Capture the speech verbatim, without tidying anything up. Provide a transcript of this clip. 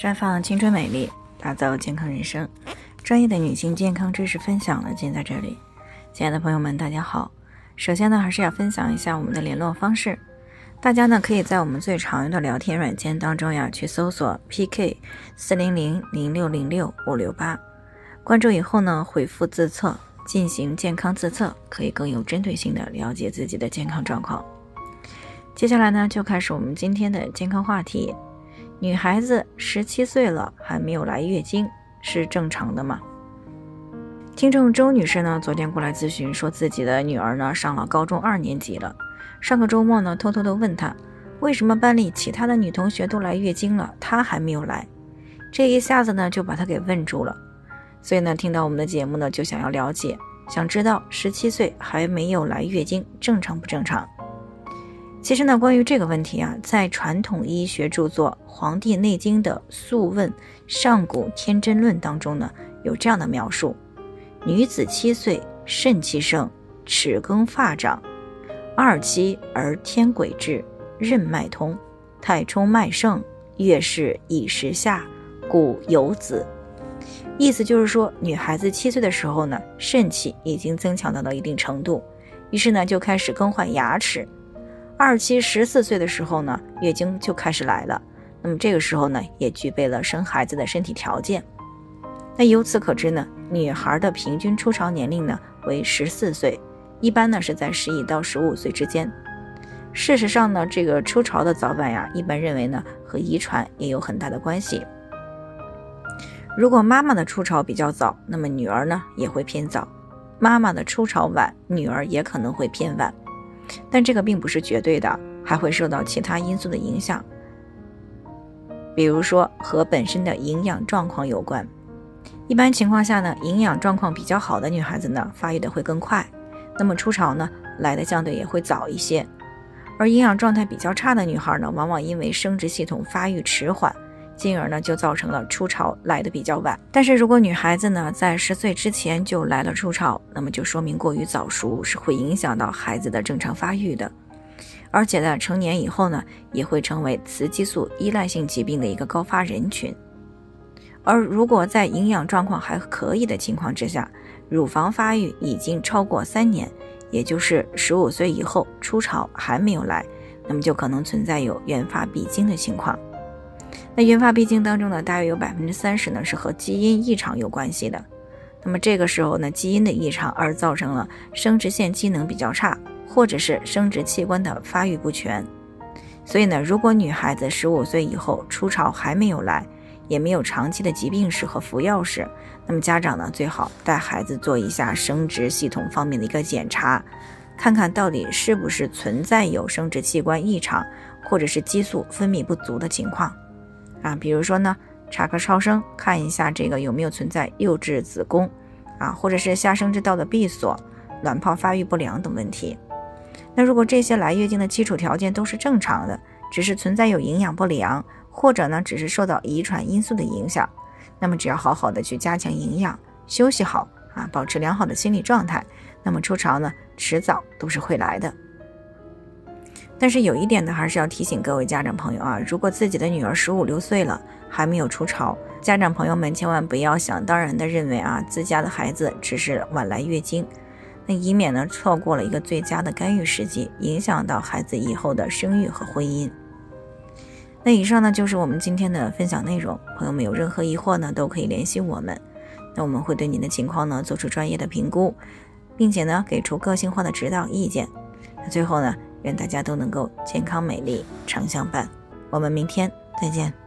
绽放青春美丽，打造健康人生。专业的女性健康知识分享呢，尽在这里。亲爱的朋友们，大家好。首先呢，还是要分享一下我们的联络方式。大家呢，可以在我们最常用的聊天软件当中呀，去搜索 P K 四零零零六零六五六八，关注以后呢，回复自测，进行健康自测，可以更有针对性的了解自己的健康状况。接下来呢，就开始我们今天的健康话题。女孩子十七岁了还没有来月经，是正常的吗？听众周女士呢，昨天过来咨询，说自己的女儿呢上了高中二年级了。上个周末呢，偷偷的问她，为什么班里其他的女同学都来月经了，她还没有来？这一下子呢，就把她给问住了。所以呢，听到我们的节目呢，就想要了解，想知道十七岁还没有来月经，正常不正常？其实呢，关于这个问题啊，在传统医学著作《黄帝内经》的《素问·上古天真论》当中呢，有这样的描述：女子七岁，肾气盛，齿更发长，二期而天癸至，任脉通，太冲脉盛，月事已时下，故有子。意思就是说，女孩子七岁的时候呢，肾气已经增强到了一定程度，于是呢，就开始更换牙齿。二期十四岁的时候呢，月经就开始来了，那么这个时候呢，也具备了生孩子的身体条件。那由此可知呢，女孩的平均初潮年龄呢为十四岁，一般呢是在十一到十五岁之间。事实上呢，这个初潮的早晚呀，一般认为呢和遗传也有很大的关系。如果妈妈的初潮比较早，那么女儿呢也会偏早；妈妈的初潮晚，女儿也可能会偏晚。但这个并不是绝对的，还会受到其他因素的影响，比如说和本身的营养状况有关。一般情况下呢，营养状况比较好的女孩子呢，发育的会更快，那么初潮呢来的相对也会早一些。而营养状态比较差的女孩呢，往往因为生殖系统发育迟缓，进而呢就造成了初潮来的比较晚。但是如果女孩子呢在十岁之前就来了初潮，那么就说明过于早熟，是会影响到孩子的正常发育的。而且呢，成年以后呢，也会成为雌激素依赖性疾病的一个高发人群。而如果在营养状况还可以的情况之下，乳房发育已经超过三年，也就是十五岁以后初潮还没有来，那么就可能存在有原发闭经的情况。那原发闭经当中呢，大约有 百分之三十 呢是和基因异常有关系的。那么这个时候呢，基因的异常而造成了生殖腺机能比较差，或者是生殖器官的发育不全。所以呢，如果女孩子十五岁以后初潮还没有来，也没有长期的疾病史和服药史，那么家长呢最好带孩子做一下生殖系统方面的一个检查，看看到底是不是存在有生殖器官异常，或者是激素分泌不足的情况啊。比如说呢，查个超声看一下这个有没有存在幼稚子宫啊，或者是下生殖道的闭锁、卵泡发育不良等问题。那如果这些来月经的基础条件都是正常的，只是存在有营养不良，或者呢只是受到遗传因素的影响，那么只要好好的去加强营养，休息好啊，保持良好的心理状态，那么初潮呢迟早都是会来的。但是有一点呢，还是要提醒各位家长朋友啊，如果自己的女儿十五六岁了还没有初潮，家长朋友们千万不要想当然的认为啊自家的孩子只是晚来月经，那以免呢错过了一个最佳的干预时机，影响到孩子以后的生育和婚姻。那以上呢就是我们今天的分享内容，朋友们有任何疑惑呢都可以联系我们，那我们会对您的情况呢做出专业的评估，并且呢给出个性化的指导意见。那最后呢，愿大家都能够健康美丽常相伴，我们明天再见。